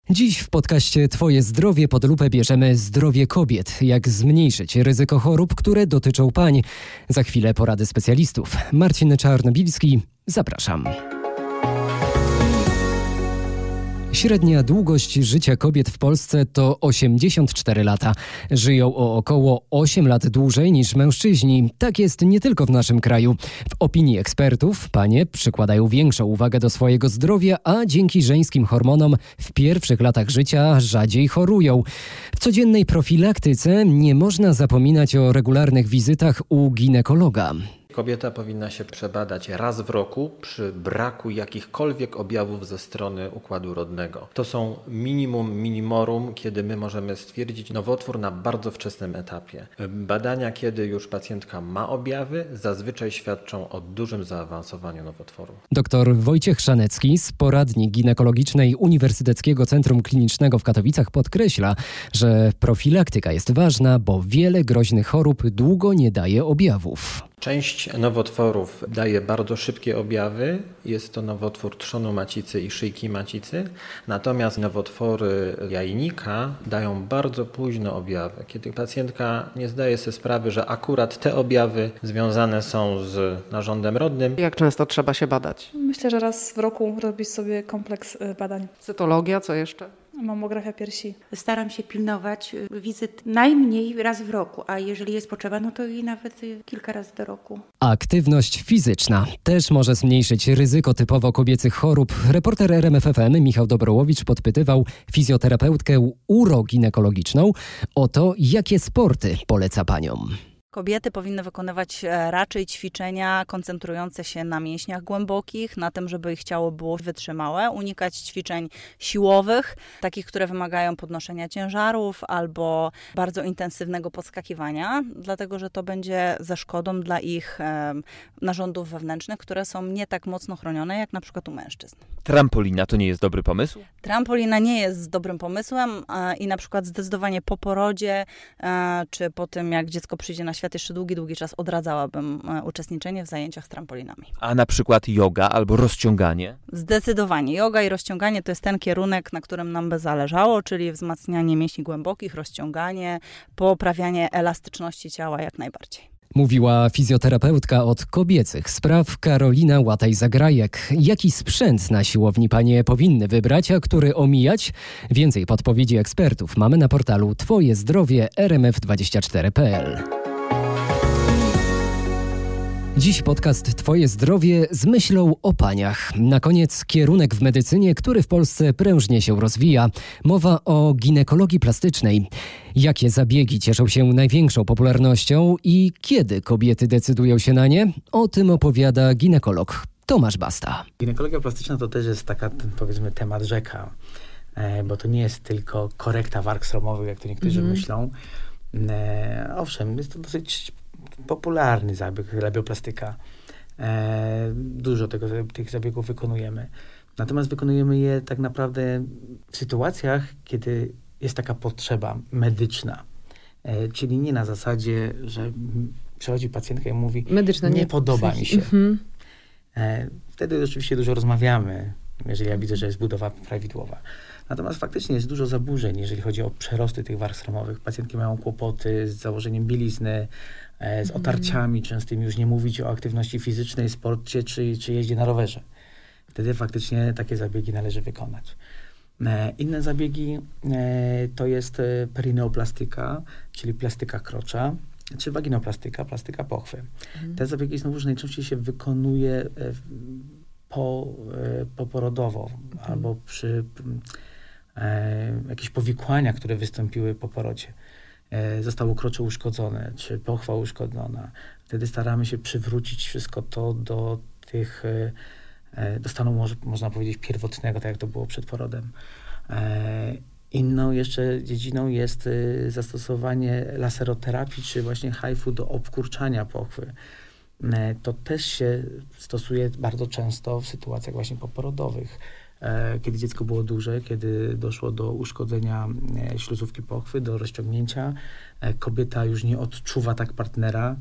Dziś w podcaście Twoje zdrowie pod lupę bierzemy zdrowie kobiet. Jak zmniejszyć ryzyko chorób, które dotyczą pań. Za chwilę porady specjalistów. Marcin Czarnobilski, zapraszam. Średnia długość życia kobiet w Polsce to 84 lata. Żyją o około 8 lat dłużej niż mężczyźni. Tak jest nie tylko w naszym kraju. W opinii ekspertów panie przykładają większą uwagę do swojego zdrowia, a dzięki żeńskim hormonom w pierwszych latach życia rzadziej chorują. W codziennej profilaktyce nie można zapominać o regularnych wizytach u ginekologa. Kobieta powinna się przebadać raz w roku przy braku jakichkolwiek objawów ze strony układu rodnego. To są minimorum, kiedy my możemy stwierdzić nowotwór na bardzo wczesnym etapie. Badania, kiedy już pacjentka ma objawy, zazwyczaj świadczą o dużym zaawansowaniu nowotworu. Dr Wojciech Szanecki z poradni ginekologicznej Uniwersyteckiego Centrum Klinicznego w Katowicach podkreśla, że profilaktyka jest ważna, bo wiele groźnych chorób długo nie daje objawów. Część nowotworów daje bardzo szybkie objawy. Jest to nowotwór trzonu macicy i szyjki macicy. Natomiast nowotwory jajnika dają bardzo późno objawy, kiedy pacjentka nie zdaje sobie sprawy, że akurat te objawy związane są z narządem rodnym. Jak często trzeba się badać? Myślę, że raz w roku robić sobie kompleks badań. Cytologia, co jeszcze? Mammografia piersi. Staram się pilnować wizyt najmniej raz w roku, a jeżeli jest potrzeba, no to i nawet kilka razy do roku. Aktywność fizyczna też może zmniejszyć ryzyko typowo kobiecych chorób. Reporter RMF FM Michał Dobrołowicz podpytywał fizjoterapeutkę uroginekologiczną o to, jakie sporty poleca paniom. Kobiety powinny wykonywać raczej ćwiczenia koncentrujące się na mięśniach głębokich, na tym, żeby ich ciało było wytrzymałe, unikać ćwiczeń siłowych, takich, które wymagają podnoszenia ciężarów albo bardzo intensywnego podskakiwania, dlatego że to będzie ze szkodą dla ich narządów wewnętrznych, które są nie tak mocno chronione jak na przykład u mężczyzn. Trampolina to nie jest dobry pomysł? Trampolina nie jest dobrym pomysłem i na przykład zdecydowanie po porodzie czy po tym, jak dziecko przyjdzie na świat jeszcze długi czas odradzałabym uczestniczenie w zajęciach z trampolinami. A na przykład joga albo rozciąganie? Zdecydowanie. Joga i rozciąganie to jest ten kierunek, na którym nam by zależało, czyli wzmacnianie mięśni głębokich, rozciąganie, poprawianie elastyczności ciała jak najbardziej. Mówiła fizjoterapeutka od kobiecych spraw Karolina Łataj-Zagrajek. Jaki sprzęt na siłowni panie powinny wybrać, a który omijać? Więcej podpowiedzi ekspertów mamy na portalu Twoje zdrowie rmf24.pl. Dziś podcast Twoje zdrowie z myślą o paniach. Na koniec kierunek w medycynie, który w Polsce prężnie się rozwija. Mowa o ginekologii plastycznej. Jakie zabiegi cieszą się największą popularnością i kiedy kobiety decydują się na nie? O tym opowiada ginekolog Tomasz Basta. Ginekologia plastyczna to też jest taka, powiedzmy, temat rzeka, bo to nie jest tylko korekta warg sromowych, jak to niektórzy myślą. Owszem, jest to dosyć popularny zabieg, labioplastyka. Dużo tych zabiegów wykonujemy. Natomiast wykonujemy je tak naprawdę w sytuacjach, kiedy jest taka potrzeba medyczna. Czyli nie na zasadzie, że przychodzi pacjentka i mówi, medyczna, nie podoba mi się. Wtedy oczywiście dużo rozmawiamy, jeżeli ja widzę, że jest budowa prawidłowa. Natomiast faktycznie jest dużo zaburzeń, jeżeli chodzi o przerosty tych warg sromowych. Pacjentki mają kłopoty z założeniem bielizny, z otarciami częstymi, już nie mówić o aktywności fizycznej, sporcie czy jeździe na rowerze. Wtedy faktycznie takie zabiegi należy wykonać. Inne zabiegi to jest perineoplastyka, czyli plastyka krocza, czy waginoplastyka, plastyka pochwy. Te zabiegi znowuż najczęściej się wykonuje poporodowo albo przy jakieś powikłania, które wystąpiły po porodzie. Zostało krocze uszkodzone, czy pochwa uszkodzona. Wtedy staramy się przywrócić wszystko to do stanu, można powiedzieć, pierwotnego, tak jak to było przed porodem. Inną jeszcze dziedziną jest zastosowanie laseroterapii, czy właśnie HIFU do obkurczania pochwy. To też się stosuje bardzo często w sytuacjach właśnie poporodowych. Kiedy dziecko było duże, kiedy doszło do uszkodzenia śluzówki pochwy, do rozciągnięcia, kobieta już nie odczuwa tak partnera.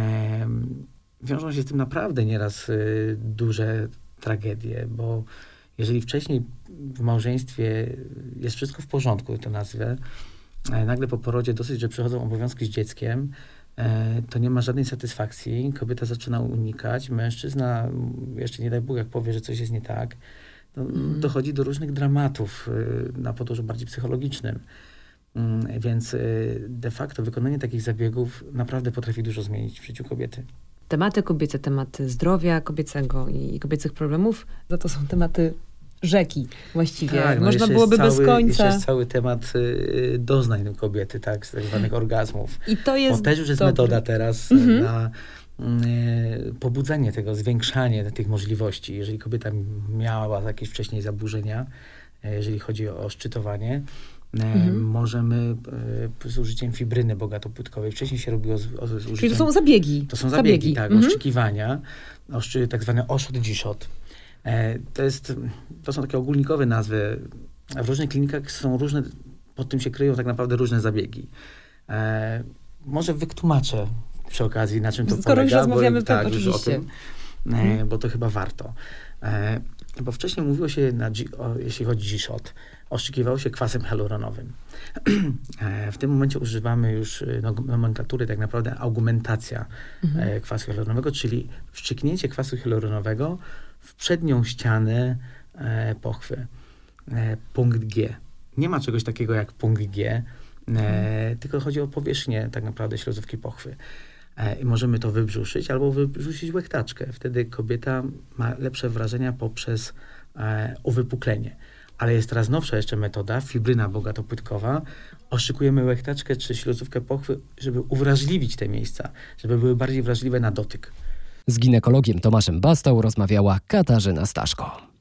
Wiążą się z tym naprawdę nieraz duże tragedie, bo Jeżeli wcześniej w małżeństwie jest wszystko w porządku, to nazwę, nagle po porodzie dosyć, że przychodzą obowiązki z dzieckiem, to nie ma żadnej satysfakcji, kobieta zaczyna unikać, mężczyzna, jeszcze nie daj Bóg, jak powie, że coś jest nie tak, dochodzi do różnych dramatów na podłożu bardziej psychologicznym. Więc de facto wykonanie takich zabiegów naprawdę potrafi dużo zmienić w życiu kobiety. Tematy kobiece, tematy zdrowia kobiecego i kobiecych problemów, to są tematy rzeki właściwie. Tak, można byłoby bez końca. Jeszcze jest cały temat doznań kobiety, tak, z tak zwanych orgazmów. I to jest też już jest metoda teraz na pobudzanie tego, zwiększanie tych możliwości. Jeżeli kobieta miała jakieś wcześniej zaburzenia, jeżeli chodzi o szczytowanie, możemy z użyciem fibryny bogatopłytkowej. Wcześniej się robiło z użyciem... Czyli to są zabiegi. To są zabiegi, tak, oszczekiwania. Tak zwane oszot-dziszot. To są takie ogólnikowe nazwy. W różnych klinikach są różne, pod tym się kryją tak naprawdę różne zabiegi. Może wytłumaczę przy okazji, na czym to Skoro polega. już rozmawiamy, to tak, oczywiście. już o tym, bo to chyba warto. Bo wcześniej mówiło się, jeśli chodzi o dziszot, oszczekiwało się kwasem hialuronowym. W tym momencie używamy już nomenklatury, tak naprawdę augmentacja kwasu hialuronowego, czyli wstrzyknięcie kwasu hialuronowego w przednią ścianę pochwy. Punkt G. Nie ma czegoś takiego jak punkt G, tylko chodzi o powierzchnię tak naprawdę śluzówki pochwy. I możemy to wybrzuszyć albo wyrzucić łechtaczkę. Wtedy kobieta ma lepsze wrażenia poprzez uwypuklenie. Ale jest teraz nowsza jeszcze metoda, fibryna bogatopłytkowa. Oszczekujemy łechtaczkę czy śluzówkę pochwy, żeby uwrażliwić te miejsca, żeby były bardziej wrażliwe na dotyk. Z ginekologiem Tomaszem Bastą rozmawiała Katarzyna Staszko.